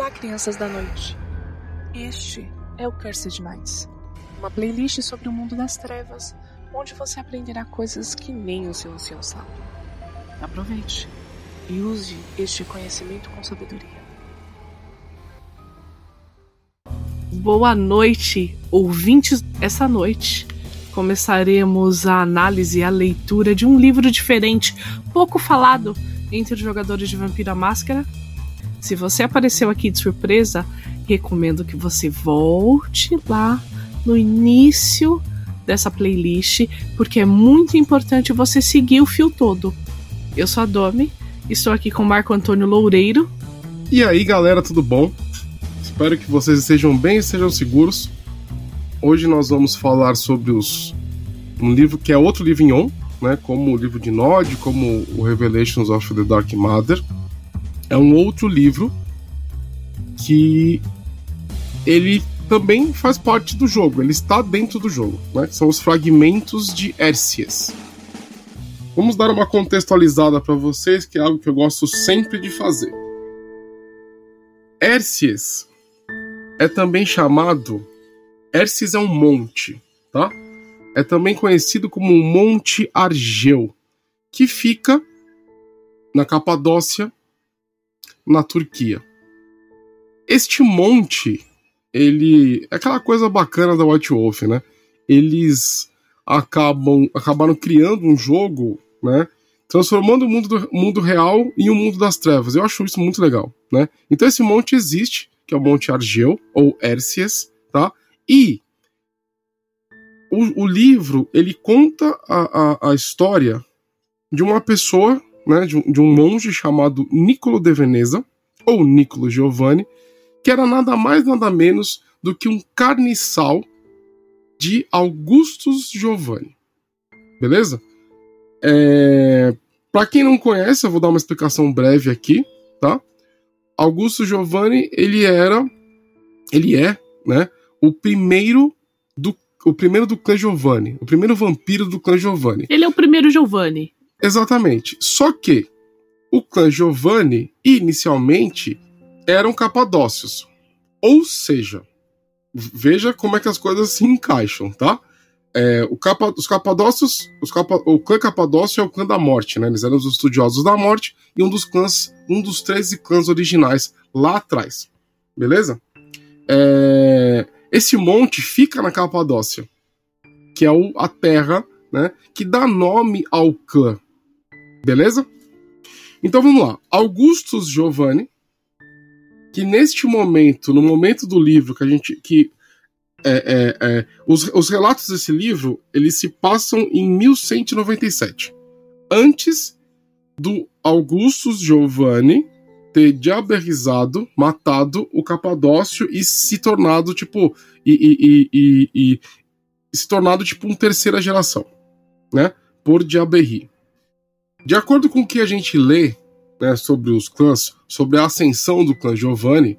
Olá, crianças da noite. Este é o Cursed Minds, uma playlist sobre o mundo das trevas, onde você aprenderá coisas que nem o seu ancião sabe. Aproveite e use este conhecimento com sabedoria. Boa noite, ouvintes. Essa noite começaremos a análise e a leitura de um livro diferente, pouco falado entre os jogadores de Vampiro à Máscara. Se você apareceu aqui de surpresa, recomendo que você volte lá no início dessa playlist, porque é muito importante você seguir o fio todo. Eu sou a Domi, estou aqui com o Marco Antônio Loureiro. E aí, galera, tudo bom? Espero que vocês estejam bem e estejam seguros. Hoje nós vamos falar sobre um livro que é outro livro em On, né, como o livro de Nod, como o Revelations of the Dark Matter. É um outro livro que ele também faz parte do jogo, ele está dentro do jogo, né? São os fragmentos de Erciyes. Vamos dar uma contextualizada para vocês, que é algo que eu gosto sempre de fazer. Erciyes é também chamado... Erciyes é um monte, tá? É também conhecido como o Monte Argeu, que fica na Capadócia, na Turquia. Este monte, ele é aquela coisa bacana da White Wolf, né? Eles acabaram criando um jogo, né? Transformando o mundo real em um mundo das trevas. Eu acho isso muito legal, né? Então esse monte existe, que é o Monte Argeu, ou Erciyes, tá? E o livro, ele conta a história de uma pessoa, né, de um monge chamado Niccolo de Veneza, ou Niccolo Giovanni, que era nada mais nada menos do que um carniçal de Augustus Giovanni. Beleza? Para quem não conhece, eu vou dar uma explicação breve aqui, tá? Augusto Giovanni, ele é, né, o primeiro do clã Giovanni, o primeiro vampiro do clã Giovanni. Ele é o primeiro Giovanni. Exatamente. Só que o clã Giovanni, inicialmente, eram capadócios. Ou seja, veja como é que as coisas se encaixam, tá? Os capadócios, o clã capadócio é o clã da morte, né? Eles eram os estudiosos da morte e um dos 13 clãs originais lá atrás. Beleza? Esse monte fica na Capadócia, que é a terra, né, que dá nome ao clã. Beleza? Então vamos lá. Augustus Giovanni, que neste momento, no momento do livro os relatos desse livro, eles se passam em 1197, antes do Augustus Giovanni ter diaberizado, matado o Capadócio e se tornado tipo uma terceira geração, né, por Diaberri. De acordo com o que a gente lê, né, sobre os clãs, sobre a ascensão do clã Giovanni,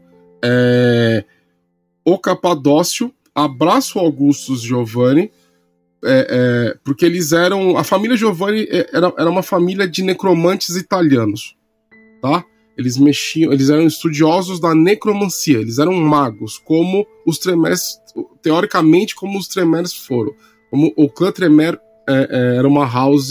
o Capadócio abraça o Augustus Giovanni, porque eles eram... A família Giovanni era uma família de necromantes italianos, tá? Eles eram estudiosos da necromancia, eles eram magos, como os Tremers, teoricamente como os Tremers foram. Como o clã Tremer era uma house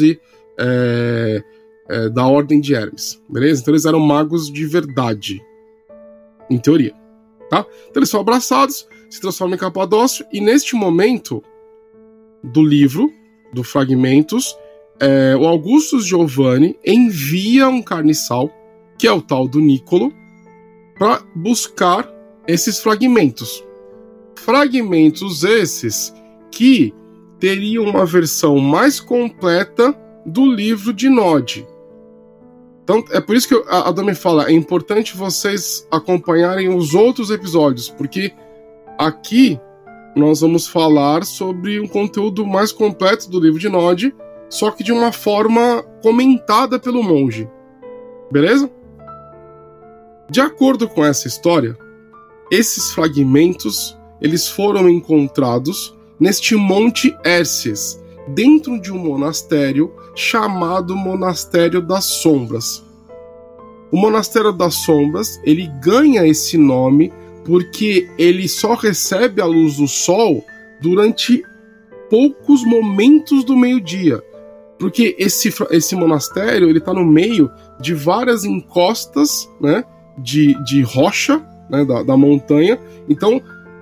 da Ordem de Hermes, beleza? Então eles eram magos de verdade, em teoria, tá? Então eles são abraçados, se transformam em Capadócio, e neste momento do livro, do Fragmentos, o Augustus Giovanni envia um carniçal, que é o tal do Niccolo, para buscar esses fragmentos. Fragmentos esses que teriam uma versão mais completa do livro de Nod. Então, é por isso que a Domi fala, é importante vocês acompanharem os outros episódios, porque aqui nós vamos falar sobre um conteúdo mais completo do livro de Nod, só que de uma forma comentada pelo monge. Beleza? De acordo com essa história, esses fragmentos eles foram encontrados neste Monte Erciyes, dentro de um monastério chamado Monastério das Sombras. O Monastério das Sombras, ele ganha esse nome porque ele só recebe a luz do sol durante poucos momentos do meio-dia. Porque esse monastério, ele está no meio de várias encostas, né, de rocha, né, da montanha. Então,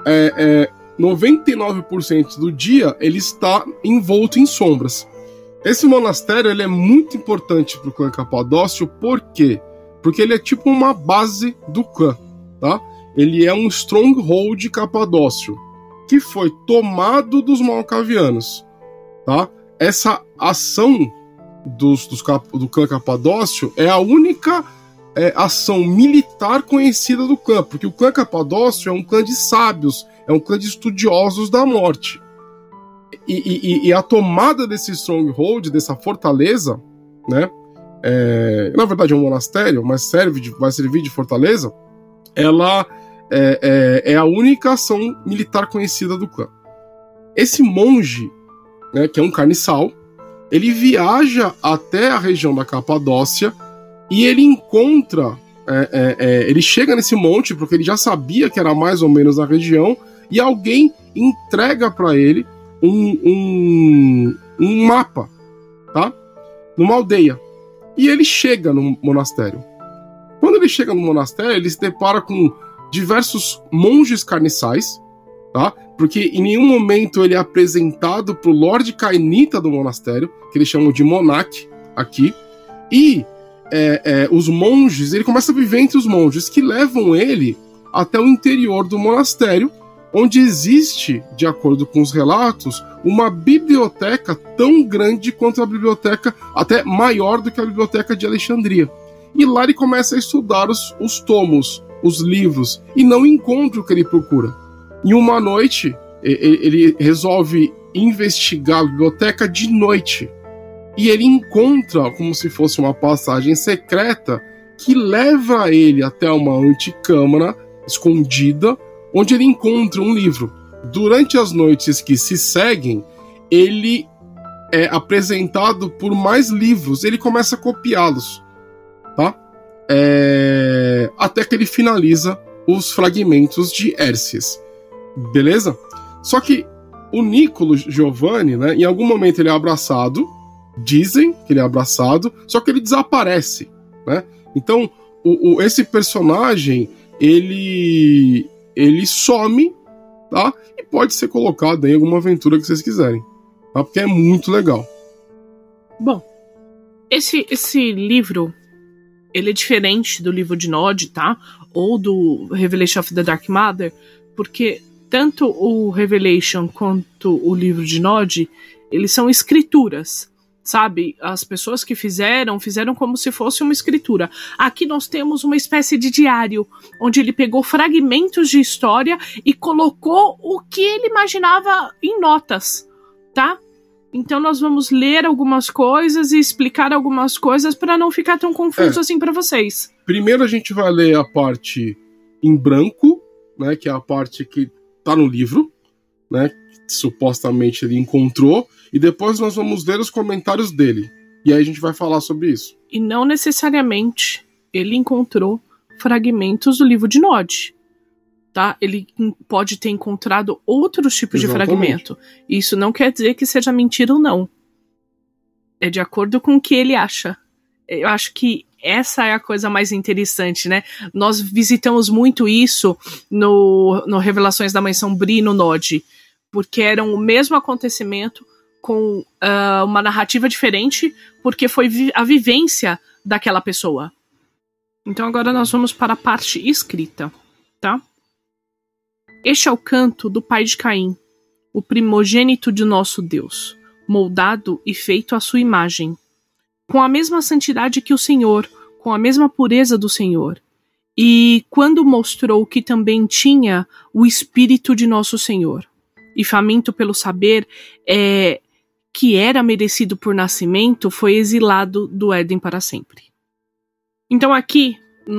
99% do dia ele está envolto em sombras. Esse monastério, ele é muito importante para o clã Capadócio. Por quê? Porque ele é tipo uma base do clã, tá? Ele é um stronghold capadócio que foi tomado dos malcavianos, tá? Essa ação do clã Capadócio é a única ação militar conhecida do clã, porque o clã Capadócio é um clã de sábios, é um clã de estudiosos da morte. E a tomada desse stronghold, dessa fortaleza, né? Na verdade é um monastério, mas vai servir de fortaleza. Ela é a única ação militar conhecida do clã. Esse monge, né, que é um carniçal, ele viaja até a região da Capadócia e ele encontra, ele chega nesse monte porque ele já sabia que era mais ou menos a região, e alguém entrega para ele um mapa, tá? Numa aldeia. E ele chega no monastério. Quando ele chega no monastério, ele se depara com diversos monges carniçais, tá? Porque em nenhum momento ele é apresentado pro Lorde Cainita do monastério, que eles chamam de Monarque aqui. E os monges, ele começa a viver entre os monges, que levam ele até o interior do monastério, onde existe, de acordo com os relatos, uma biblioteca tão grande quanto a biblioteca, até maior do que a biblioteca de Alexandria. E lá ele começa a estudar os tomos, os livros, e não encontra o que ele procura. E uma noite, ele resolve investigar a biblioteca de noite. E ele encontra, como se fosse uma passagem secreta, que leva ele até uma antecâmara escondida, onde ele encontra um livro. Durante as noites que se seguem, ele é apresentado por mais livros, ele começa a copiá-los, tá? Até que ele finaliza os fragmentos de Hércies. Beleza? Só que o Niccolo Giovanni, né, em algum momento ele é abraçado, dizem que ele é abraçado, só que ele desaparece, né? Então, esse personagem, ele some, tá? E pode ser colocado em alguma aventura que vocês quiserem, tá? Porque é muito legal. Bom, esse livro, ele é diferente do livro de Nod, tá? Ou do Revelation of the Dark Mother, porque tanto o Revelation quanto o livro de Nod, eles são escrituras, sabe? As pessoas que fizeram como se fosse uma escritura. Aqui nós temos uma espécie de diário, onde ele pegou fragmentos de história e colocou o que ele imaginava em notas, tá? Então nós vamos ler algumas coisas e explicar algumas coisas para não ficar tão confuso assim para vocês. Primeiro a gente vai ler a parte em branco, né, que é a parte que tá no livro, né, que supostamente ele encontrou, e depois nós vamos ler os comentários dele. E aí a gente vai falar sobre isso. E não necessariamente ele encontrou fragmentos do livro de Nod, tá? Ele pode ter encontrado outros tipos de fragmento. Isso não quer dizer que seja mentira ou não. É de acordo com o que ele acha. Eu acho que essa é a coisa mais interessante, né? Nós visitamos muito isso no Revelações da Mansão Bri no Nod, porque era o mesmo acontecimento com uma narrativa diferente, porque foi a vivência daquela pessoa. Então agora nós vamos para a parte escrita, tá? Este é o canto do pai de Caim, o primogênito de nosso Deus, moldado e feito à sua imagem, com a mesma santidade que o Senhor, com a mesma pureza do Senhor. E quando mostrou que também tinha o Espírito de nosso Senhor, e faminto pelo saber, que era merecido por nascimento, foi exilado do Éden para sempre. Então aqui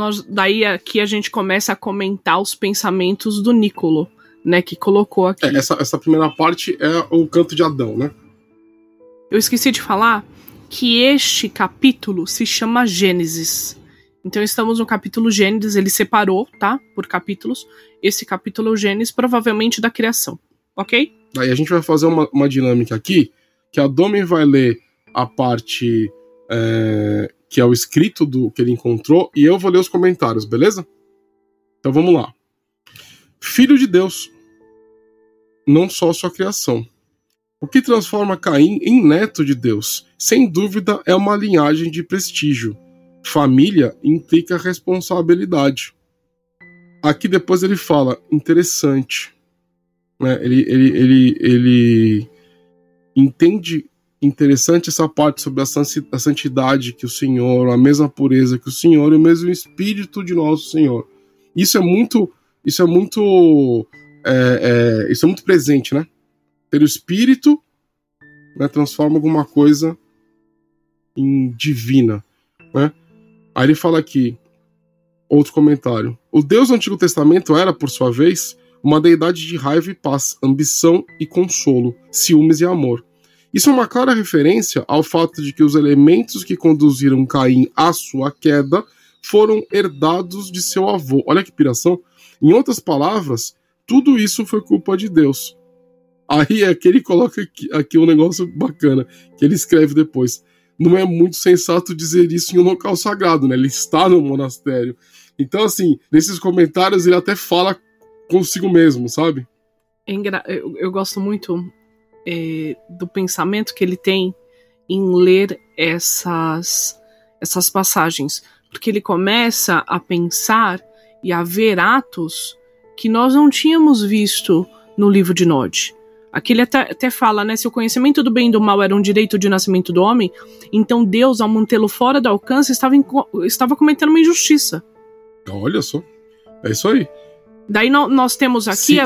a gente começa a comentar os pensamentos do Niccolo, né, que colocou aqui. Essa primeira parte é o canto de Adão, né? Eu esqueci de falar que este capítulo se chama Gênesis. Então estamos no capítulo Gênesis, ele separou, tá? Por capítulos. Esse capítulo é o Gênesis, provavelmente da criação, ok? Aí a gente vai fazer uma dinâmica aqui, que a Domi vai ler a parte que é o escrito do que ele encontrou, e eu vou ler os comentários, beleza? Então vamos lá. Filho de Deus, não só sua criação. O que transforma Caim em neto de Deus, sem dúvida, é uma linhagem de prestígio. Família implica responsabilidade. Aqui depois ele fala, interessante, né? Ele entende interessante essa parte sobre a santidade que o Senhor, a mesma pureza que o Senhor e o mesmo Espírito de nosso Senhor. Isso é muito presente, né? Ter o Espírito, né, transforma alguma coisa em divina, né? Aí ele fala aqui, outro comentário. O Deus do Antigo Testamento era, por sua vez, uma deidade de raiva e paz, ambição e consolo, ciúmes e amor. Isso é uma clara referência ao fato de que os elementos que conduziram Caim à sua queda foram herdados de seu avô. Olha que piração. Em outras palavras, tudo isso foi culpa de Deus. Aí é que ele coloca aqui um negócio bacana, que ele escreve depois. Não é muito sensato dizer isso em um local sagrado, né? Ele está no monastério. Então, assim, nesses comentários ele até fala consigo mesmo, sabe? Eu gosto muito do pensamento que ele tem em ler essas passagens. Porque ele começa a pensar e a ver atos que nós não tínhamos visto no livro de Nod. Aqui ele até fala, né? Se o conhecimento do bem e do mal era um direito de nascimento do homem, então Deus, ao mantê-lo fora do alcance, estava cometendo uma injustiça. Olha só. É isso aí. Daí nós temos aqui...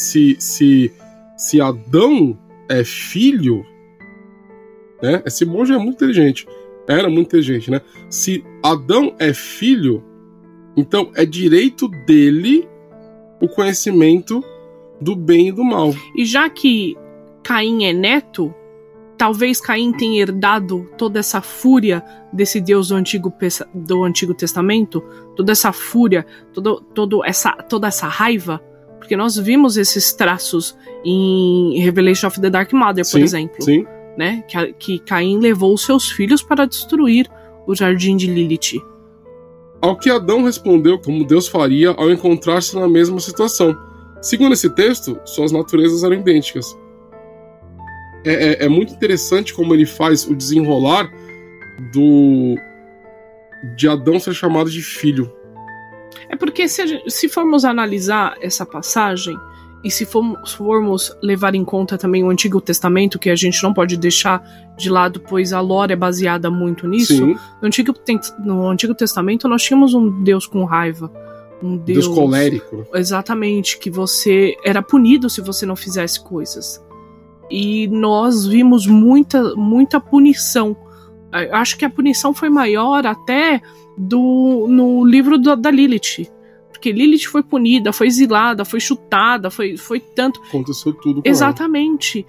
Se Adão é filho, né? Esse monge é muito inteligente. Era muito inteligente, né? Se Adão é filho, então é direito dele o conhecimento do bem e do mal. E já que Caim é neto, talvez Caim tenha herdado toda essa fúria desse Deus do Antigo Testamento, toda essa fúria, toda essa raiva, porque nós vimos esses traços em Revelation of the Dark Mother, por exemplo. Sim. Né? Que Caim levou os seus filhos para destruir o jardim de Lilith. Ao que Adão respondeu como Deus faria ao encontrar-se na mesma situação. Segundo esse texto, suas naturezas eram idênticas. É muito interessante como ele faz o desenrolar de Adão ser chamado de filho. É porque se formos analisar essa passagem, e se formos levar em conta também o Antigo Testamento, que a gente não pode deixar de lado, pois a lore é baseada muito nisso. Sim. No Antigo Testamento nós tínhamos um Deus com raiva. Um Deus colérico. Exatamente, que você era punido se você não fizesse coisas. E nós vimos muita punição. Eu acho que a punição foi maior até no livro da Lilith. Porque Lilith foi punida, foi exilada, foi chutada, foi tanto... Aconteceu tudo com Exatamente.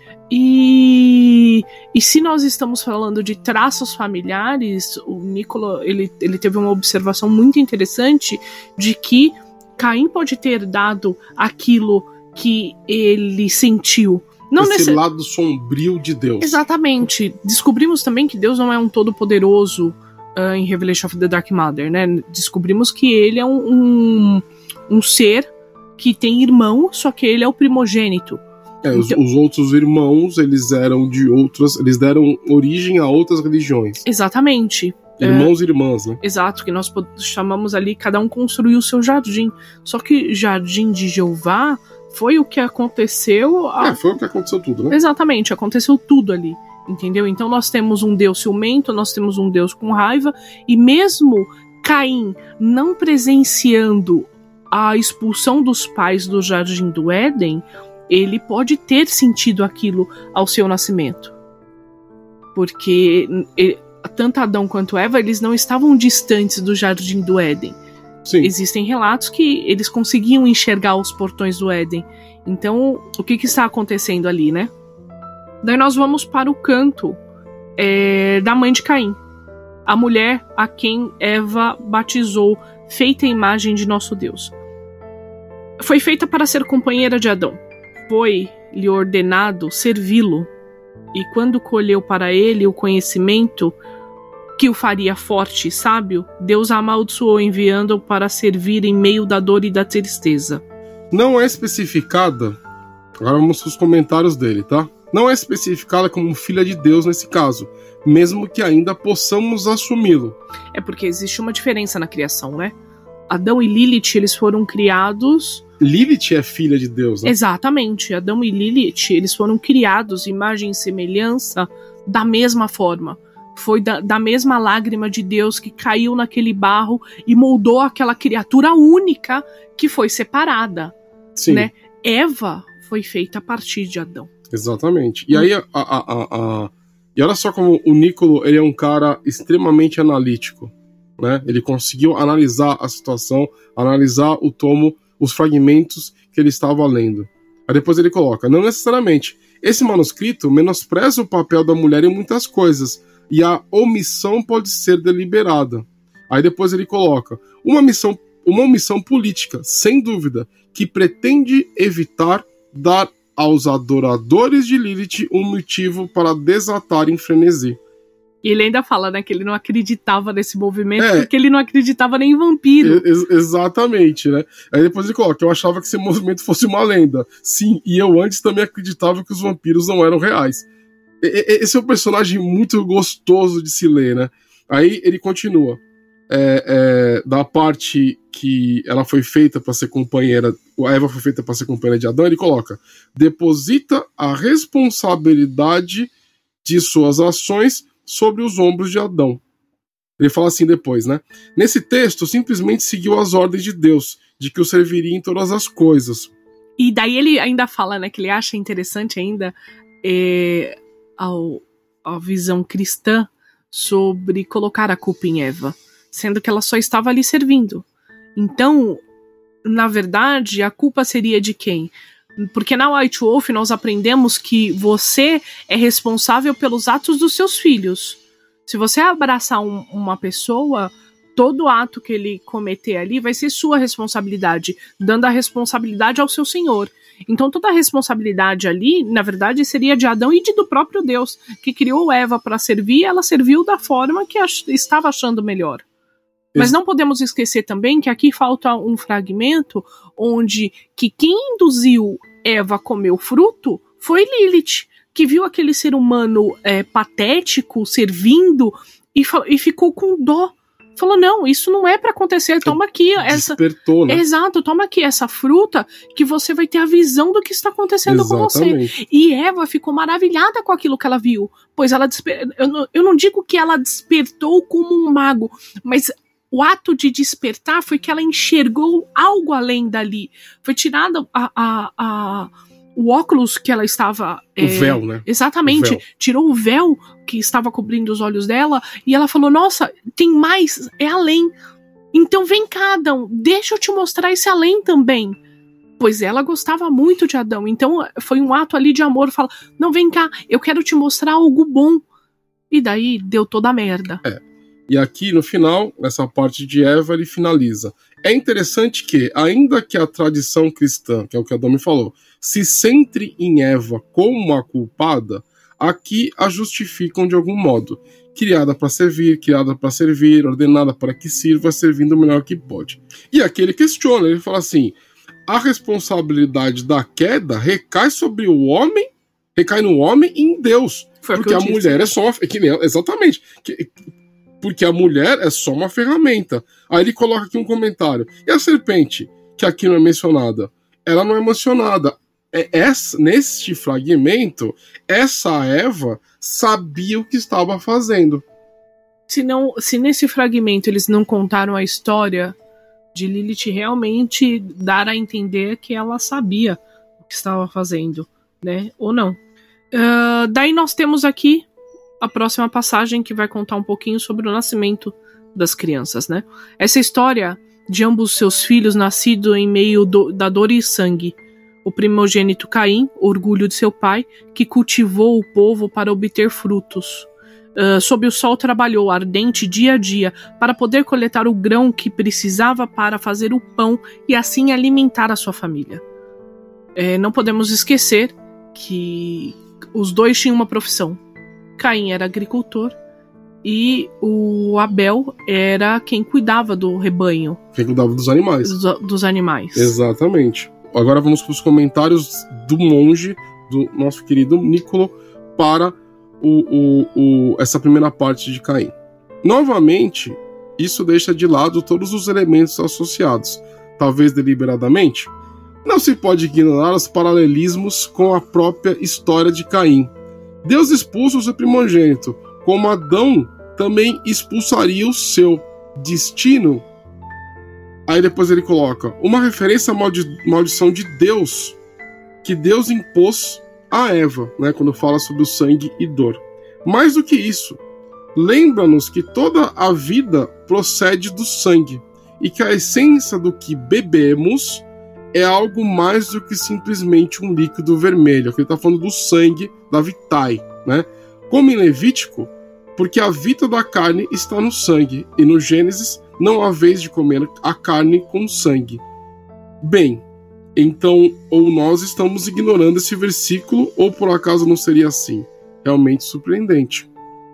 E se nós estamos falando de traços familiares, o Nicola, ele teve uma observação muito interessante de que Caim pode ter dado aquilo que ele sentiu. Não esse lado sombrio de Deus. Exatamente. Descobrimos também que Deus não é um todo-poderoso em Revelation of the Dark Mother, né? Descobrimos que ele é um ser que tem irmão, só que ele é o primogênito. Então, os outros irmãos, eles deram origem a outras religiões. Exatamente. Irmãos e irmãs, né? Exato, que nós chamamos ali, cada um construiu o seu jardim. Só que jardim de Jeová foi o que aconteceu... Foi o que aconteceu tudo, né? Exatamente, aconteceu tudo ali. Entendeu? Então nós temos um Deus ciumento, nós temos um Deus com raiva, e mesmo Caim não presenciando a expulsão dos pais do Jardim do Éden, ele pode ter sentido aquilo ao seu nascimento. Porque tanto Adão quanto Eva, eles não estavam distantes do Jardim do Éden. Sim. Existem relatos que eles conseguiam enxergar os portões do Éden. Então, o que está acontecendo ali, né? Daí nós vamos para o canto da mãe de Caim. a mulher a quem Eva batizou, feita a imagem de nosso Deus. Foi feita para ser companheira de Adão. Foi-lhe ordenado servi-lo. E quando colheu para ele o conhecimento que o faria forte e sábio, Deus a amaldiçoou, enviando-o para servir em meio da dor e da tristeza. Não é especificada, agora vamos para os comentários dele, tá? Não é especificada como filha de Deus nesse caso, mesmo que ainda possamos assumi-lo. É porque existe uma diferença na criação, né? Adão e Lilith, eles foram criados... Lilith é filha de Deus, né? Exatamente. Adão e Lilith, eles foram criados, imagem e semelhança, da mesma forma. Foi da mesma lágrima de Deus que caiu naquele barro e moldou aquela criatura única que foi separada. Sim. Né? Eva foi feita a partir de Adão. Exatamente. E aí, e olha só como o Nicolo, ele é um cara extremamente analítico, né? Ele conseguiu analisar a situação, analisar o tomo, os fragmentos que ele estava lendo. Aí depois ele coloca, não necessariamente. Esse manuscrito menospreza o papel da mulher em muitas coisas, e a omissão pode ser deliberada. Aí depois ele coloca, uma omissão política, sem dúvida, que pretende evitar dar aos adoradores de Lilith um motivo para desatarem frenesi. E ele ainda fala, né, que ele não acreditava nesse movimento, porque ele não acreditava nem em vampiro. Exatamente, né? Aí depois ele coloca, eu achava que esse movimento fosse uma lenda. Sim, e eu antes também acreditava que os vampiros não eram reais. Esse é um personagem muito gostoso de se ler, né? Aí ele continua. Da parte que ela foi feita para ser companheira, a Eva foi feita para ser companheira de Adão, ele coloca, deposita a responsabilidade de suas ações sobre os ombros de Adão. Ele fala assim depois, né? Nesse texto, simplesmente seguiu as ordens de Deus, de que o serviria em todas as coisas. E daí ele ainda fala, né, que ele acha interessante ainda a visão cristã sobre colocar a culpa em Eva, sendo que ela só estava ali servindo. Então, na verdade, a culpa seria de quem? Porque na White Wolf nós aprendemos que você é responsável pelos atos dos seus filhos. Se você abraçar uma pessoa, todo ato que ele cometer ali vai ser sua responsabilidade, dando a responsabilidade ao seu Senhor. Então toda a responsabilidade ali, na verdade, seria de Adão e do próprio Deus, que criou Eva para servir, e ela serviu da forma que estava achando melhor. Mas não podemos esquecer também que aqui falta um fragmento onde que quem induziu Eva a comer o fruto foi Lilith, que viu aquele ser humano patético, servindo, e ficou com dó. Falou, não, isso não é pra acontecer, toma aqui despertou, né? Exato, toma aqui essa fruta que você vai ter a visão do que está acontecendo com você. E Eva ficou maravilhada com aquilo que ela viu, pois ela eu não digo que ela despertou como um mago, mas o ato de despertar foi que ela enxergou algo além dali. Foi tirada o óculos que ela estava... O véu, né? Exatamente. Véu. Tirou o véu que estava cobrindo os olhos dela e ela falou, nossa, tem mais, é além. Então vem cá, Adão, deixa eu te mostrar esse além também. Pois ela gostava muito de Adão, então foi um ato ali de amor. Fala, não, vem cá, eu quero te mostrar algo bom. E daí deu toda a merda. E aqui, no final, nessa parte de Eva, ele finaliza. É interessante que, ainda que a tradição cristã, que é o que Adão me falou, se centre em Eva como a culpada, aqui a justificam de algum modo. Criada para servir, ordenada para que sirva, servindo o melhor que pode. E aqui ele questiona, ele fala assim, a responsabilidade da queda recai sobre o homem, recai no homem e em Deus. Porque a mulher é só uma... Exatamente. Porque a mulher é só uma ferramenta. Aí ele coloca aqui um comentário. E a serpente, que aqui não é mencionada? Ela não é mencionada. Neste fragmento, essa Eva sabia o que estava fazendo. Se nesse fragmento eles não contaram a história de Lilith, realmente dar a entender que ela sabia o que estava fazendo, né? Ou não. Daí nós temos aqui a próxima passagem que vai contar um pouquinho sobre o nascimento das crianças, né? Essa história de ambos seus filhos nascidos em meio da dor e sangue. O primogênito Caim, orgulho de seu pai, que cultivou o povo para obter frutos. sob o sol trabalhou ardente dia a dia para poder coletar o grão que precisava para fazer o pão e assim alimentar a sua família. Não podemos esquecer que os dois tinham uma profissão. Caim era agricultor e o Abel era quem cuidava do rebanho. Quem cuidava dos animais. Dos animais. Exatamente. Agora vamos para os comentários do monge, do nosso querido Nicolo, para essa primeira parte de Caim. Novamente, isso deixa de lado todos os elementos associados, talvez deliberadamente. Não se pode ignorar os paralelismos com a própria história de Caim. Deus expulsa o seu primogênito, como Adão também expulsaria o seu destino. Aí depois ele coloca uma referência à maldição de Deus, que Deus impôs a Eva, né, quando fala sobre o sangue e dor. Mais do que isso, lembra-nos que toda a vida procede do sangue, e que a essência do que bebemos é algo mais do que simplesmente um líquido vermelho. Aqui ele está falando do sangue da vitae, né? Como em Levítico, porque a vida da carne está no sangue, e no Gênesis não há vez de comer a carne com sangue. Bem, então, ou nós estamos ignorando esse versículo, ou por acaso não seria assim? Realmente surpreendente.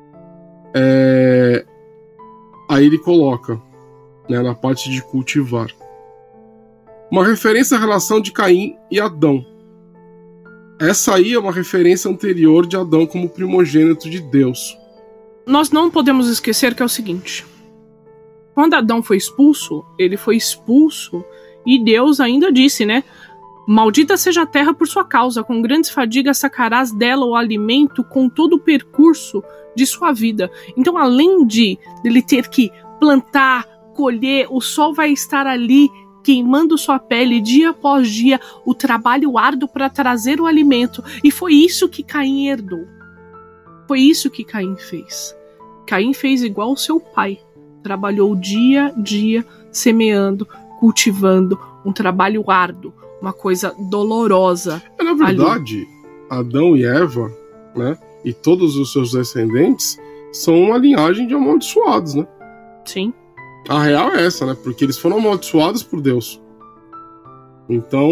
Aí ele coloca, né, na parte de cultivar, uma referência à relação de Caim e Adão. Essa aí é uma referência anterior de Adão como primogênito de Deus. Nós não podemos esquecer que é o seguinte: quando Adão foi expulso, ele foi expulso e Deus ainda disse, né? Maldita seja a terra por sua causa, com grandes fadigas sacarás dela o alimento com todo o percurso de sua vida. Então, além de ele ter que plantar, colher, o sol vai estar ali queimando sua pele dia após dia, o trabalho árduo para trazer o alimento. E foi isso que Caim herdou. Foi isso que Caim fez. Caim fez igual o seu pai. Trabalhou dia a dia, semeando, cultivando, um trabalho árduo, uma coisa dolorosa. Na verdade, ali, Adão e Eva, né, e todos os seus descendentes são uma linhagem de amaldiçoados, né? Sim. A real é essa, né? Porque eles foram amaldiçoados por Deus. Então,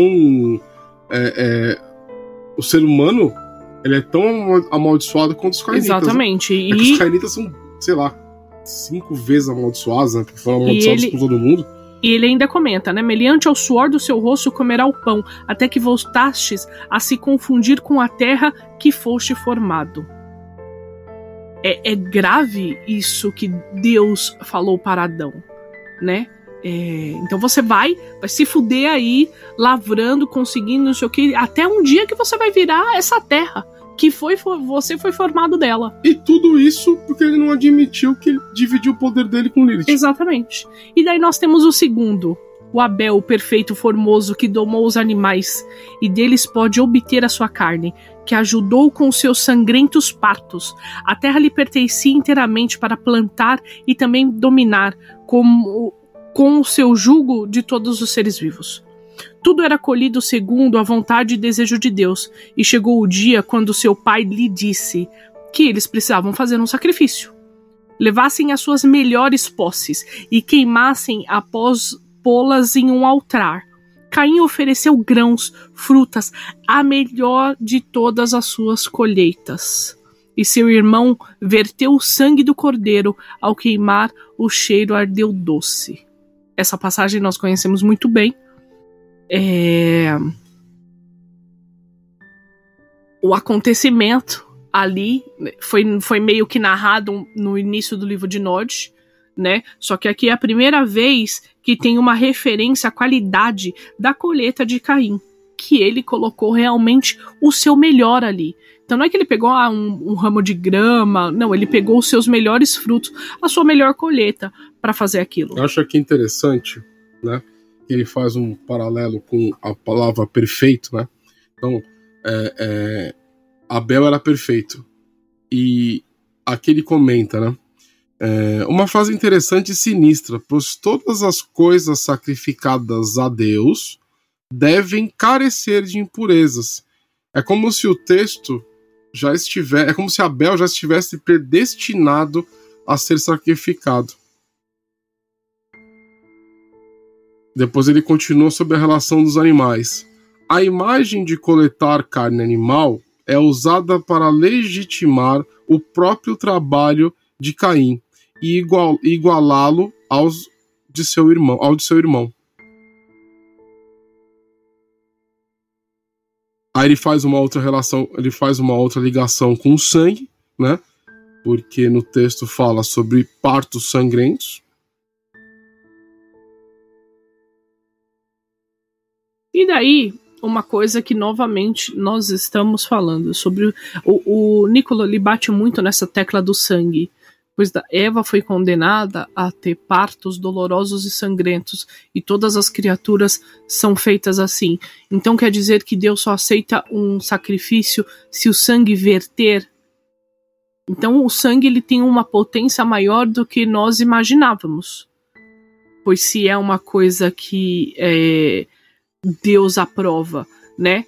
o ser humano, ele é tão amaldiçoado quanto os cainitas. Exatamente. Né? Que os cainitas são, sei lá, 5 vezes amaldiçoados, né? Porque foram amaldiçoados por todo mundo. E ele ainda comenta, né? Mediante ao suor do seu rosto comerá o pão, até que voltastes a se confundir com a terra que foste formado. É grave isso que Deus falou para Adão, né? Então você vai se fuder aí, lavrando, conseguindo não sei o que, até um dia que você vai virar essa terra, que você foi formado dela. E tudo isso porque ele não admitiu que ele dividiu o poder dele com Lilith. Exatamente. E daí nós temos o segundo, o Abel, o perfeito formoso que domou os animais, e deles pode obter a sua carne, que ajudou com seus sangrentos partos. A terra lhe pertencia inteiramente para plantar e também dominar, com o seu jugo de todos os seres vivos. Tudo era colhido segundo a vontade e desejo de Deus, e chegou o dia quando seu pai lhe disse que eles precisavam fazer um sacrifício. Levassem as suas melhores posses e queimassem após pô-las em um altar. Caim ofereceu grãos, frutas, a melhor de todas as suas colheitas. E seu irmão verteu o sangue do cordeiro, ao queimar o cheiro ardeu doce. Essa passagem nós conhecemos muito bem. O acontecimento ali foi meio que narrado no início do livro de Nod, né? Só que aqui é a primeira vez que tem uma referência à qualidade da colheita de Caim, que ele colocou realmente o seu melhor ali. Então não é que ele pegou um ramo de grama, não, ele pegou os seus melhores frutos, a sua melhor colheita para fazer aquilo. Eu acho aqui interessante, né, que ele faz um paralelo com a palavra perfeito, né? Então, Abel era perfeito. E aqui ele comenta, né? Uma frase interessante e sinistra, pois todas as coisas sacrificadas a Deus devem carecer de impurezas. É como se o texto já estivesse... É como se Abel já estivesse predestinado a ser sacrificado. Depois ele continua sobre a relação dos animais. A imagem de coletar carne animal é usada para legitimar o próprio trabalho de Caim e igualá-lo ao de seu irmão. Aí ele faz uma outra relação, ele faz uma outra ligação com o sangue, né? Porque no texto fala sobre partos sangrentos. E daí, uma coisa que novamente nós estamos falando sobre o Nicola, ele bate muito nessa tecla do sangue, pois Eva foi condenada a ter partos dolorosos e sangrentos, e todas as criaturas são feitas assim. Então quer dizer que Deus só aceita um sacrifício se o sangue verter. Então o sangue ele tem uma potência maior do que nós imaginávamos, pois se é uma coisa que Deus aprova, né?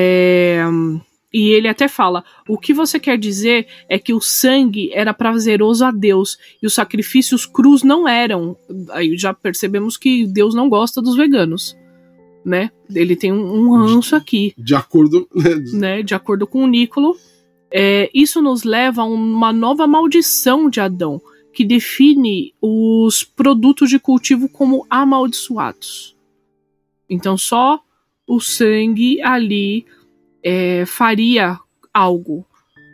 E ele até fala, o que você quer dizer é que o sangue era prazeroso a Deus e os sacrifícios crus não eram. Aí já percebemos que Deus não gosta dos veganos, né? Ele tem um ranço aqui. De acordo, né? De acordo com o Nicolo, isso nos leva a uma nova maldição de Adão, que define os produtos de cultivo como amaldiçoados. Então só o sangue ali faria algo.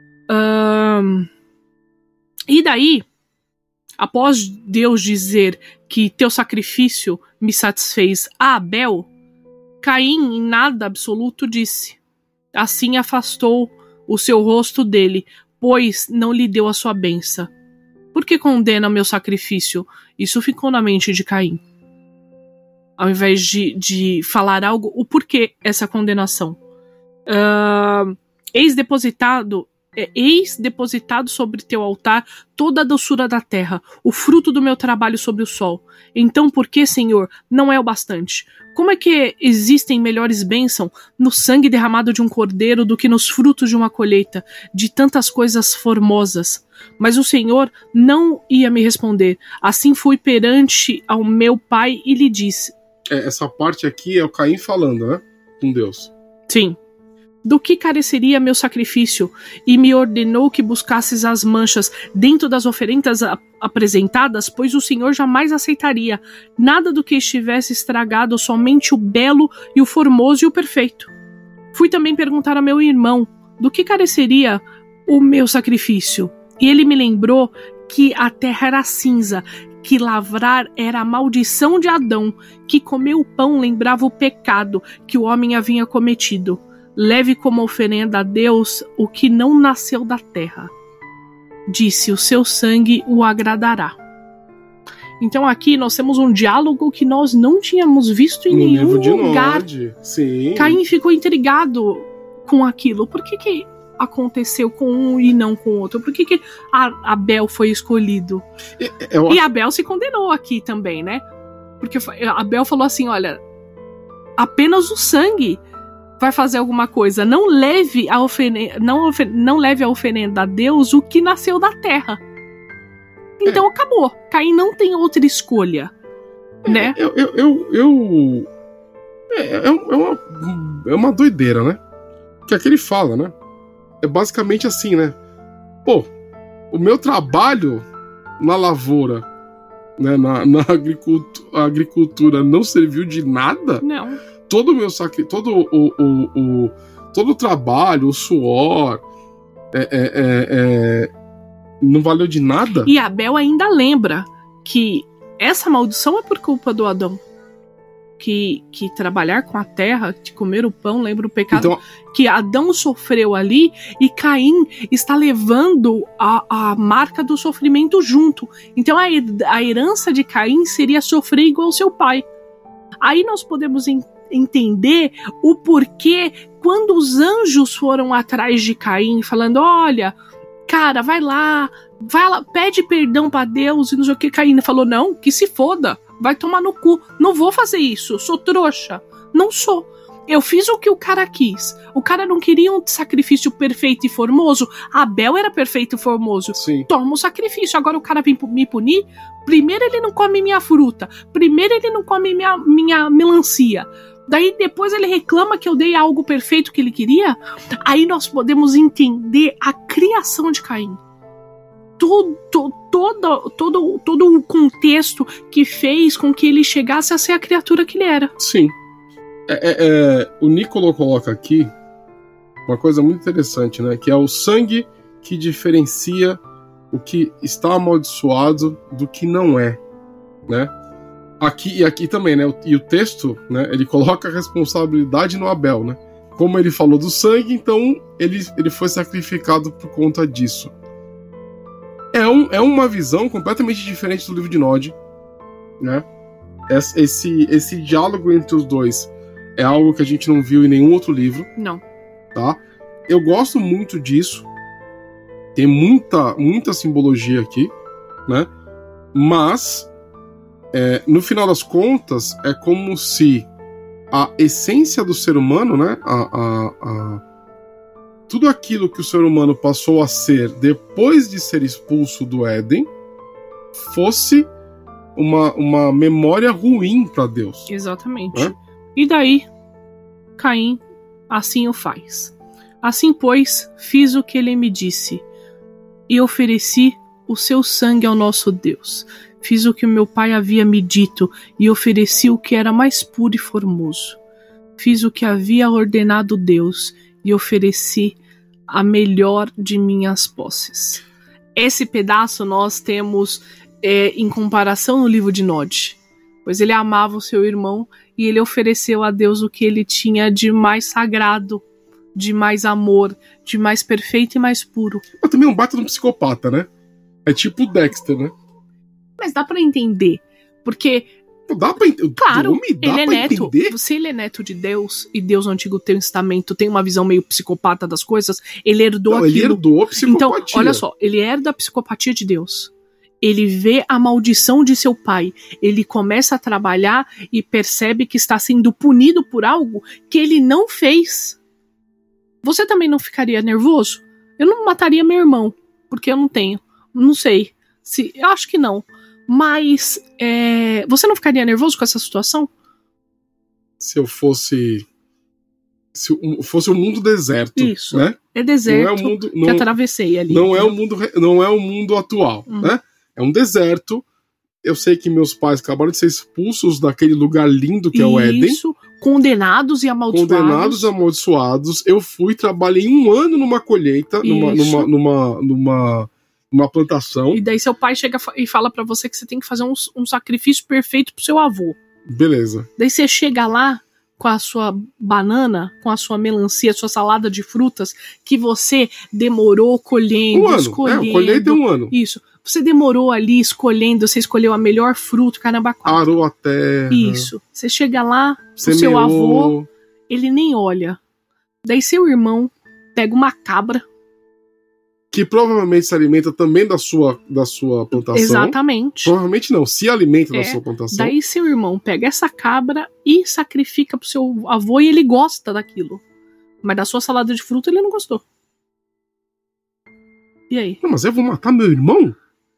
E daí, após Deus dizer que teu sacrifício me satisfez a Abel, Caim em nada absoluto disse. Assim afastou o seu rosto dele, pois não lhe deu a sua bênção. Por que condena meu sacrifício? Isso ficou na mente de Caim. Ao invés de falar algo, o porquê essa condenação. Eis depositado sobre teu altar toda a doçura da terra, o fruto do meu trabalho sobre o sol. Então por que, Senhor, não é o bastante? Como é que existem melhores bênçãos no sangue derramado de um cordeiro do que nos frutos de uma colheita, de tantas coisas formosas? Mas o Senhor não ia me responder. Assim fui perante ao meu pai e lhe disse... Essa parte aqui é o Caim falando, né? Com Deus. Sim. Do que careceria meu sacrifício? E me ordenou que buscasses as manchas dentro das oferendas apresentadas, pois o Senhor jamais aceitaria nada do que estivesse estragado, somente o belo e o formoso e o perfeito. Fui também perguntar a meu irmão, do que careceria o meu sacrifício? E ele me lembrou que a terra era cinza, que lavrar era a maldição de Adão, que comer o pão lembrava o pecado que o homem havia cometido. Leve como oferenda a Deus o que não nasceu da terra. Disse, o seu sangue o agradará. Então aqui nós temos um diálogo que nós não tínhamos visto em nenhum lugar. Sim. Caim ficou intrigado com aquilo. Por que aconteceu com um e não com o outro? Por que Abel foi escolhido? E Abel se condenou aqui também, né? Porque Abel falou assim, olha, apenas o sangue vai fazer alguma coisa. Não leve a oferenda a Deus o que nasceu da terra. Então acabou. Caim não tem outra escolha, né? É uma doideira, né? Que aqui ele fala, né? É basicamente assim, né? Pô, o meu trabalho na lavoura, né, na agricultura não serviu de nada? Não. Todo o meu todo o trabalho, o suor, não valeu de nada? E Abel ainda lembra que essa maldição é por culpa do Adão. Que trabalhar com a terra, de comer o pão, lembra o pecado que Adão sofreu ali, e Caim está levando a marca do sofrimento junto. Então a herança de Caim seria sofrer igual ao seu pai. Aí nós podemos entender o porquê quando os anjos foram atrás de Caim, falando, olha, cara, vai lá, pede perdão pra Deus, e não sei o que. Caim falou, não, que se foda. Vai tomar no cu. Não vou fazer isso. Eu sou trouxa. Não sou. Eu fiz o que o cara quis. O cara não queria um sacrifício perfeito e formoso. Abel era perfeito e formoso. Sim. Toma o sacrifício. Agora o cara vem me punir. Primeiro ele não come minha fruta. Primeiro ele não come minha melancia. Daí depois ele reclama que eu dei algo perfeito que ele queria. Aí nós podemos entender a criação de Caim. Todo o contexto que fez com que ele chegasse a ser a criatura que ele era. Sim. O Niccolo coloca aqui uma coisa muito interessante, né? Que é o sangue que diferencia o que está amaldiçoado do que não é, né? Aqui também, né? E o texto, né? Ele coloca a responsabilidade no Abel, né? Como ele falou do sangue, então ele foi sacrificado por conta disso. É uma visão completamente diferente do livro de Nod, né? Esse diálogo entre os dois é algo que a gente não viu em nenhum outro livro. Não. Tá? Eu gosto muito disso. Tem muita simbologia aqui, né? Mas, no final das contas, é como se a essência do ser humano, né? Tudo aquilo que o ser humano passou a ser depois de ser expulso do Éden fosse uma memória ruim para Deus. Exatamente. E daí, Caim assim o faz. Assim, pois, fiz o que ele me disse, e ofereci o seu sangue ao nosso Deus. Fiz o que o meu pai havia me dito, e ofereci o que era mais puro e formoso. Fiz o que havia ordenado Deus, e ofereci a melhor de minhas posses. Esse pedaço nós temos em comparação no livro de Nod, pois ele amava o seu irmão e ele ofereceu a Deus o que ele tinha de mais sagrado, de mais amor, de mais perfeito e mais puro. Mas também é um baita de um psicopata, né? É tipo o Dexter, né? Mas dá pra entender, porque dá pra entender. Claro, ele é neto. Entender? Se ele é neto de Deus, e Deus no Antigo Testamento tem uma visão meio psicopata das coisas, ele herdou aquilo. Ele herdou a psicopatia. Então, olha só, ele herda a psicopatia de Deus. Ele vê a maldição de seu pai. Ele começa a trabalhar e percebe que está sendo punido por algo que ele não fez. Você também não ficaria nervoso? Eu não mataria meu irmão, porque eu não tenho. Não sei. Eu acho que não. Mas você não ficaria nervoso com essa situação? Se fosse um mundo deserto. Isso. Né? É deserto não é o mundo, que atravessei ali. Não é o mundo atual. Né? É um deserto. Eu sei que meus pais acabaram de ser expulsos daquele lugar lindo que é o Éden. Isso. Condenados e amaldiçoados. Eu trabalhei 1 ano numa colheita, numa plantação. E daí seu pai chega e fala pra você que você tem que fazer um sacrifício perfeito pro seu avô. Beleza. Daí você chega lá com a sua banana, com a sua melancia, a sua salada de frutas, que você demorou colhendo, escolhendo. Colheita é 1 ano. Isso. Você demorou ali escolhendo, você escolheu a melhor fruta, caramba, arou a terra. Isso. Você chega lá, semeou. O seu avô, ele nem olha. Daí seu irmão pega uma cabra. Que provavelmente se alimenta também da sua plantação. Exatamente. Provavelmente não, se alimenta da sua plantação. Daí seu irmão pega essa cabra e sacrifica pro seu avô e ele gosta daquilo. Mas da sua salada de fruta ele não gostou. E aí? Não, mas eu vou matar meu irmão?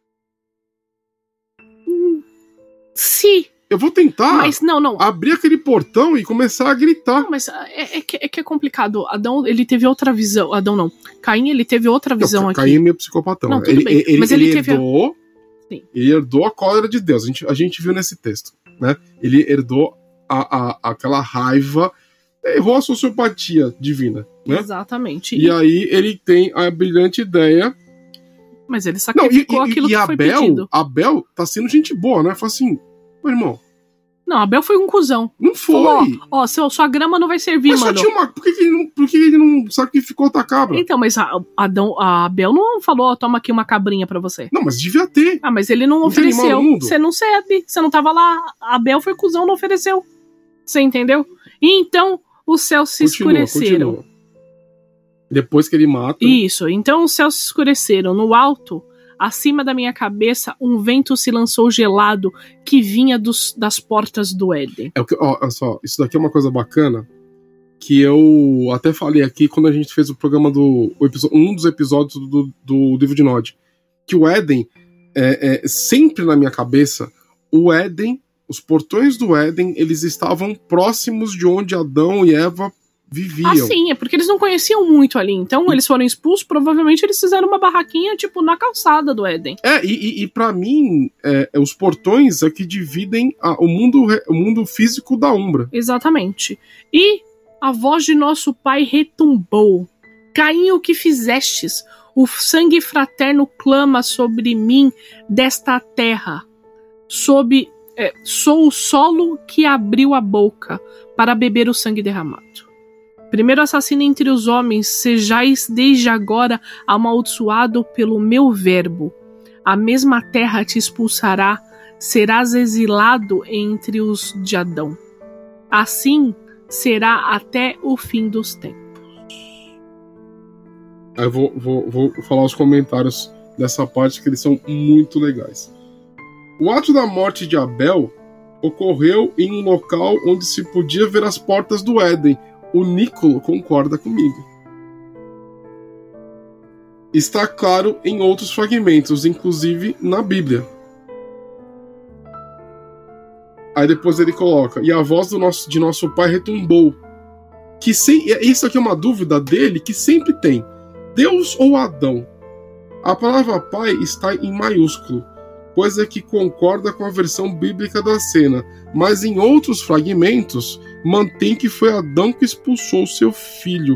Sim. Eu vou tentar não. abrir aquele portão e começar a gritar. Não, mas que é complicado. Adão, ele teve outra visão. Adão não. Caim, ele teve outra visão aqui. Caim é meio psicopatão. Não, tudo bem. Mas ele herdou... Ele herdou a cólera de Deus. A gente viu nesse texto, né? Ele herdou aquela raiva, errou a sociopatia divina, né? Exatamente. E aí ele tem a brilhante ideia... Mas ele sacrificou aquilo que foi pedido. Abel tá sendo gente boa, né? Fala assim, meu irmão... Não, Abel foi um cuzão. Não foi. Falou, sua grama não vai servir, mas mano. Só tinha por que ele não sacrificou outra cabra? Então, mas a Abel não falou, toma aqui uma cabrinha pra você. Não, mas devia ter. Ah, mas ele não ofereceu. Você não sabe. Você não tava lá. Abel foi cuzão, não ofereceu. Você entendeu? E então, os céus se escureceram. Continua. Depois que ele mata... Isso. Então, os céus se escureceram. No alto... Acima da minha cabeça, um vento se lançou gelado que vinha das portas do Éden. Olha só, isso daqui é uma coisa bacana, que eu até falei aqui quando a gente fez o programa um dos episódios do livro de Nod, que o Éden, sempre na minha cabeça, o Éden, os portões do Éden, eles estavam próximos de onde Adão e Eva viviam. Ah, sim, é porque eles não conheciam muito ali. Então, eles foram expulsos, provavelmente eles fizeram uma barraquinha, tipo, na calçada do Éden. E pra mim, os portões é que dividem o mundo físico da Umbra. Exatamente. E a voz de nosso pai retumbou. Caim, o que fizestes? O sangue fraterno clama sobre mim desta terra. Sou o solo que abriu a boca para beber o sangue derramado. Primeiro assassino entre os homens, sejais desde agora amaldiçoado pelo meu verbo. A mesma terra te expulsará, serás exilado entre os de Adão. Assim será até o fim dos tempos. Eu vou falar os comentários dessa parte, que eles são muito legais. O ato da morte de Abel ocorreu em um local onde se podia ver as portas do Éden. O Nicolo concorda comigo. Está claro em outros fragmentos, inclusive na Bíblia. Aí depois ele coloca: e a voz de nosso pai retumbou. Isso aqui é uma dúvida dele que sempre tem: Deus ou Adão? A palavra pai está em maiúsculo, coisa que concorda com a versão bíblica da cena, mas em outros fragmentos mantém que foi Adão que expulsou seu filho.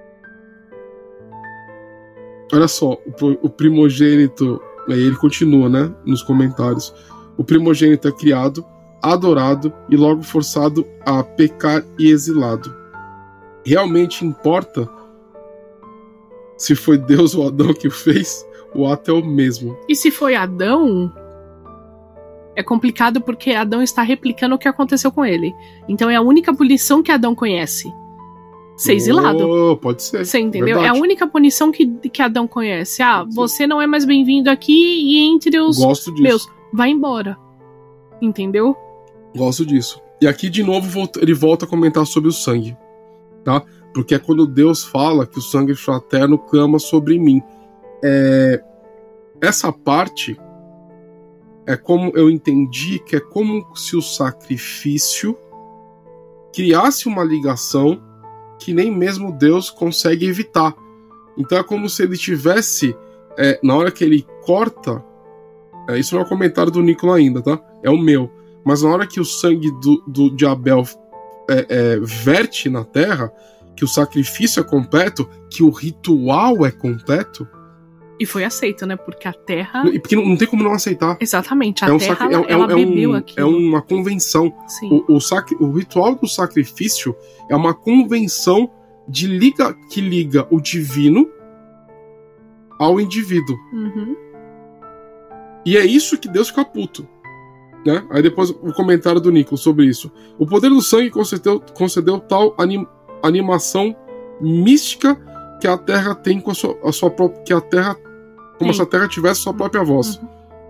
Olha só, o primogênito, aí ele continua, né, nos comentários. O primogênito é criado, adorado e logo forçado a pecar e exilado. Realmente importa se foi Deus ou Adão que o fez? O ato é o mesmo. E se foi Adão, é complicado porque Adão está replicando o que aconteceu com ele. Então é a única punição que Adão conhece. Ser exilado. Pode ser. Você entendeu? Verdade. É a única punição que Adão conhece. Você não é mais bem-vindo aqui e entre os meus, vai embora. Entendeu? Gosto disso. E aqui de novo ele volta a comentar sobre o sangue, tá? Porque é quando Deus fala que o sangue fraterno clama sobre mim. Essa parte é como eu entendi que é como se o sacrifício criasse uma ligação que nem mesmo Deus consegue evitar. Então é como se ele tivesse, na hora que ele corta, isso não é um comentário do Nicola ainda, tá? É o meu. Mas na hora que o sangue de Abel verte na terra, que o sacrifício é completo, que o ritual é completo. E foi aceito, né? Porque a terra... Porque não tem como não aceitar. Exatamente, a terra ela bebeu aquilo. É uma convenção. Sim. O ritual do sacrifício é uma convenção que liga o divino ao indivíduo. Uhum. E é isso que Deus fica puto. Né? Aí depois o comentário do Nicolas sobre isso. O poder do sangue concedeu tal animação mística que a terra tem com a sua própria... Que a terra... Como se a terra tivesse sua própria voz.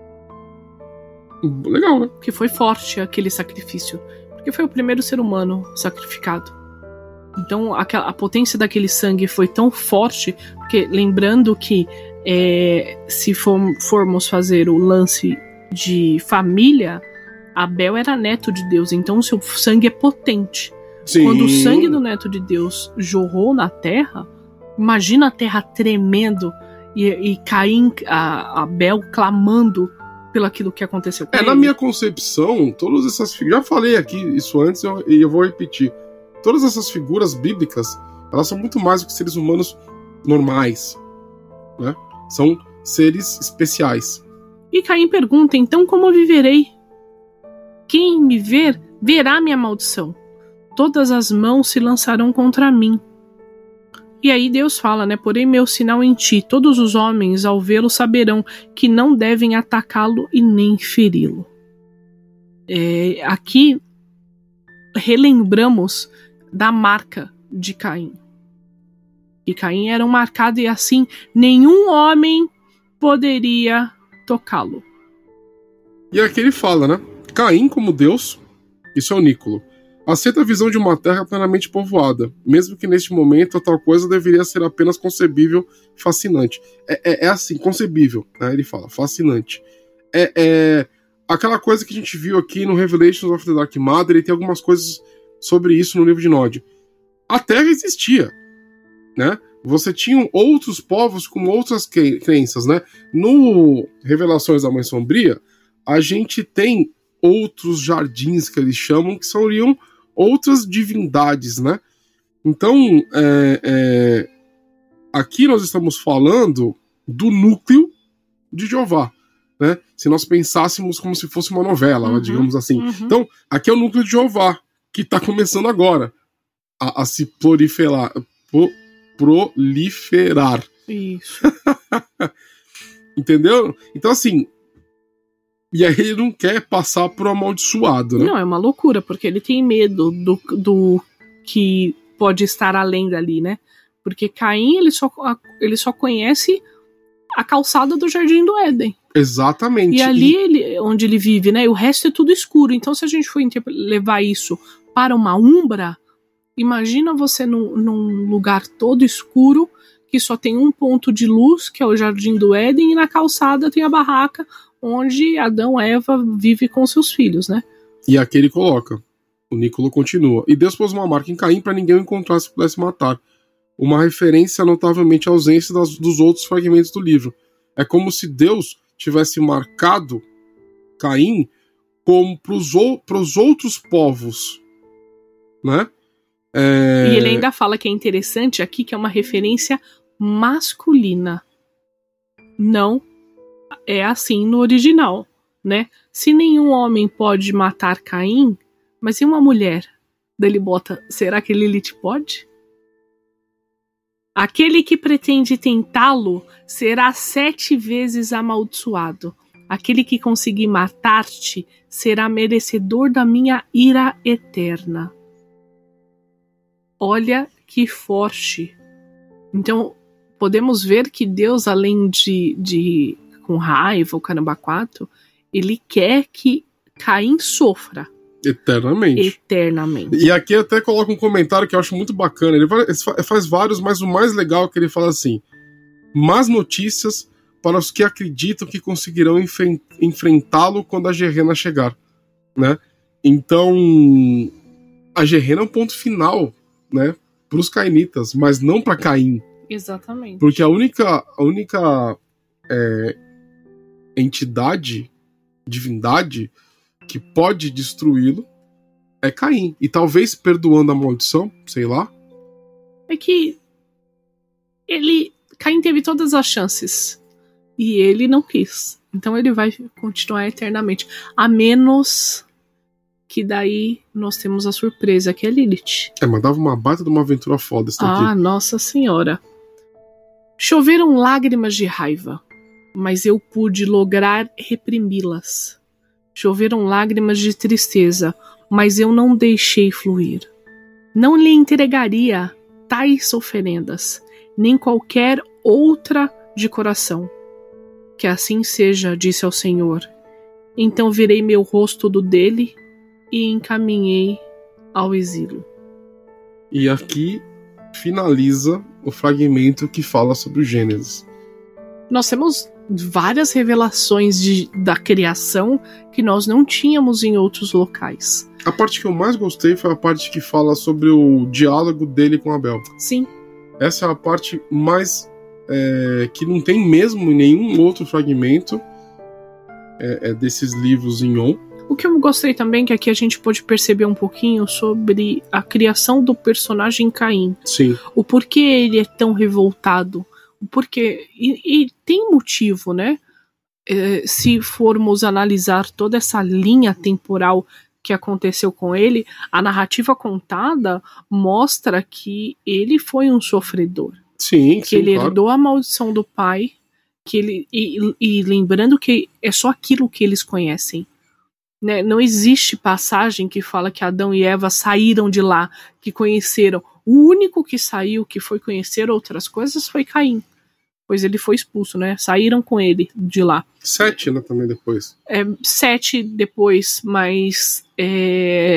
Uhum. Legal, né? Que foi forte aquele sacrifício. Porque foi o primeiro ser humano sacrificado. Então a potência daquele sangue foi tão forte. Porque lembrando que se formos fazer o lance de família, Abel era neto de Deus. Então o seu sangue é potente. Sim. Quando o sangue do neto de Deus jorrou na terra, imagina a terra tremendo e Caim, Abel clamando pelo aquilo que aconteceu com ele. Na minha concepção, todas essas figuras, já falei aqui isso antes e eu vou repetir, todas essas figuras bíblicas, elas são muito mais do que seres humanos normais, né? São seres especiais. E Caim pergunta, então como viverei? Quem me ver, verá minha maldição. Todas as mãos se lançarão contra mim. E aí Deus fala, né? Porém meu sinal em ti, todos os homens ao vê-lo saberão que não devem atacá-lo e nem feri-lo. Aqui relembramos da marca de Caim. E Caim era um marcado e assim nenhum homem poderia tocá-lo. E aqui ele fala, né? Caim como Deus, isso é o Nicolo. Aceita a visão de uma terra plenamente povoada, mesmo que neste momento a tal coisa deveria ser apenas concebível, fascinante. É assim, concebível, né? Ele fala, fascinante. Aquela coisa que a gente viu aqui no Revelations of the Dark Mother, e tem algumas coisas sobre isso no livro de Nod. A Terra existia, né? Você tinha outros povos com outras crenças, né? No Revelações da Mãe Sombria, a gente tem outros jardins que eles chamam, que seriam outras divindades, né? Então, aqui nós estamos falando do núcleo de Jeová, né? Se nós pensássemos como se fosse uma novela, digamos assim. Então, aqui é o núcleo de Jeová, que está começando agora a se proliferar. Isso. Entendeu? Então, assim, e aí ele não quer passar por amaldiçoado, né? Não, é uma loucura, porque ele tem medo do que pode estar além dali, né? Porque Caim, ele só conhece a calçada do Jardim do Éden. Exatamente. E ali onde ele vive, né? O resto é tudo escuro. Então, se a gente for levar isso para uma umbra, imagina você num lugar todo escuro, que só tem um ponto de luz, que é o Jardim do Éden, e na calçada tem a barraca onde Adão e Eva vivem com seus filhos, né? E aqui ele coloca, o Nicolo continua, e Deus pôs uma marca em Caim para ninguém o encontrar se pudesse matar. Uma referência notavelmente à ausência dos outros fragmentos do livro. É como se Deus tivesse marcado Caim como para os outros povos, né? E ele ainda fala que é interessante aqui que é uma referência masculina. Não é assim no original, né? Se nenhum homem pode matar Caim, mas e uma mulher? Daí ele bota, será que Lilith pode? Aquele que pretende tentá-lo será 7 vezes amaldiçoado. Aquele que conseguir matar-te será merecedor da minha ira eterna. Olha que forte. Então, podemos ver que Deus, além de com raiva, o caramba 4, ele quer que Caim sofra. Eternamente. E aqui até coloca um comentário que eu acho muito bacana. Ele faz vários, mas o mais legal é que ele fala assim: más notícias para os que acreditam que conseguirão enfrentá-lo quando a Gehenna chegar, né? Então, a Gehenna é um ponto final, né, para os cainitas, mas não para Caim. Exatamente. Porque a única entidade, divindade, que pode destruí-lo é Caim. E talvez perdoando a maldição, sei lá. É que Caim teve todas as chances e ele não quis. Então ele vai continuar eternamente. A menos que daí nós temos a surpresa, que é Lilith. Mas dava uma baita de uma aventura foda isso daqui. Ah, Nossa Senhora. Choveram lágrimas de raiva, mas eu pude lograr reprimi-las. Choveram lágrimas de tristeza, mas eu não deixei fluir. Não lhe entregaria tais oferendas, nem qualquer outra de coração. Que assim seja, disse ao Senhor. Então virei meu rosto do dele e encaminhei ao exílio. E aqui finaliza o fragmento que fala sobre o Gênesis. Nós temos várias revelações da criação que nós não tínhamos em outros locais. A parte que eu mais gostei foi a parte que fala sobre o diálogo dele com Abel. Sim. Essa é a parte mais que não tem mesmo em nenhum outro fragmento desses livros em On. O que eu gostei também é que aqui a gente pôde perceber um pouquinho sobre a criação do personagem Caim. Sim. O porquê ele é tão revoltado. Porque e tem motivo, né? Se formos analisar toda essa linha temporal que aconteceu com ele, a narrativa contada mostra que ele foi um sofredor. Sim, que ele herdou a maldição do pai, que ele e lembrando que é só aquilo que eles conhecem. Né? Não existe passagem que fala que Adão e Eva saíram de lá, que conheceram. O único que saiu, que foi conhecer outras coisas, foi Caim. Pois ele foi expulso, né? Saíram com ele de lá. 7, né, também depois. 7 depois, mas...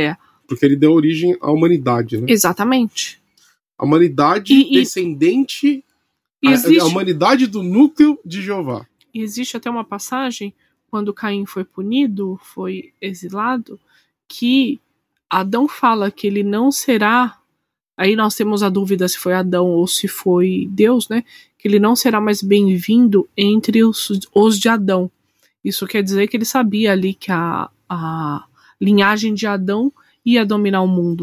Porque ele deu origem à humanidade, né? Exatamente. A humanidade descendente... A humanidade do núcleo de Jeová. E existe até uma passagem, quando Caim foi punido, foi exilado, que Adão fala que ele não será... Aí nós temos a dúvida se foi Adão ou se foi Deus, né? Que ele não será mais bem-vindo entre os de Adão. Isso quer dizer que ele sabia ali que a linhagem de Adão ia dominar o mundo.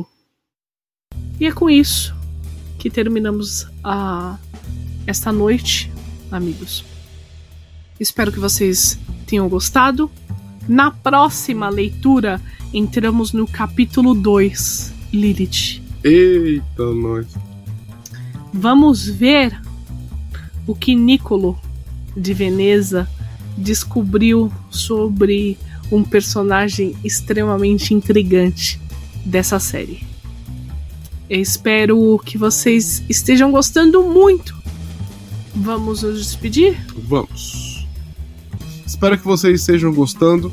E é com isso que terminamos esta noite, amigos. Espero que vocês tenham gostado. Na próxima leitura, entramos no capítulo 2, Lilith. Eita, nós. Vamos ver o que Niccolo de Veneza descobriu sobre um personagem extremamente intrigante dessa série. Eu espero que vocês estejam gostando muito. Vamos nos despedir? Vamos. Espero que vocês estejam gostando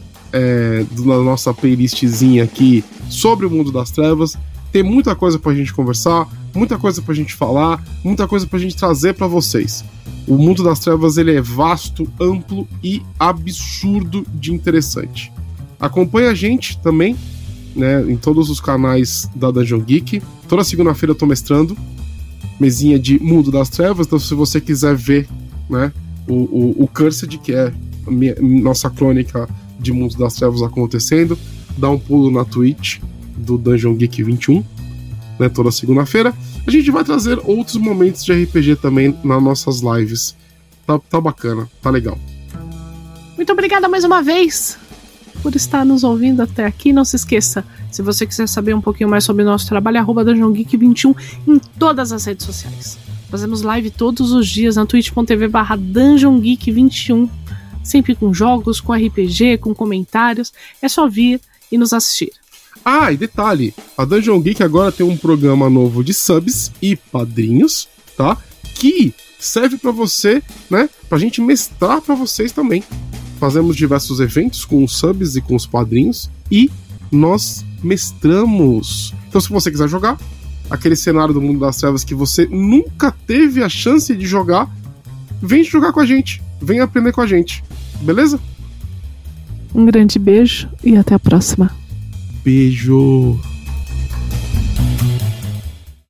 da nossa playlistzinha aqui sobre o Mundo das Trevas. Tem muita coisa pra gente conversar, muita coisa pra gente falar, muita coisa pra gente trazer pra vocês. O Mundo das Trevas ele é vasto, amplo e absurdo de interessante. Acompanhe a gente também, né, em todos os canais da Dungeon Geek. Toda segunda-feira eu tô mestrando mesinha de Mundo das Trevas, então se você quiser ver, né, o Cursed, que é nossa crônica de Mundo das Trevas acontecendo, dá um pulo na Twitch do Dungeon Geek 21, né, toda segunda-feira. A gente vai trazer outros momentos de RPG também nas nossas lives. Tá bacana, tá legal. Muito obrigada mais uma vez por estar nos ouvindo até aqui. Não se esqueça, se você quiser saber um pouquinho mais sobre o nosso trabalho, @Dungeon Geek 21 em todas as redes sociais. Fazemos live todos os dias na twitch.tv/Dungeon Geek 21, sempre com jogos, com RPG, com comentários. É só vir e nos assistir. Ah, e detalhe, a Dungeon Geek agora tem um programa novo de subs e padrinhos, tá? Que serve pra você, né? Pra gente mestrar pra vocês também. Fazemos diversos eventos com os subs e com os padrinhos e nós mestramos. Então, se você quiser jogar aquele cenário do Mundo das Trevas que você nunca teve a chance de jogar, vem jogar com a gente, vem aprender com a gente, beleza? Um grande beijo e até a próxima. Beijo!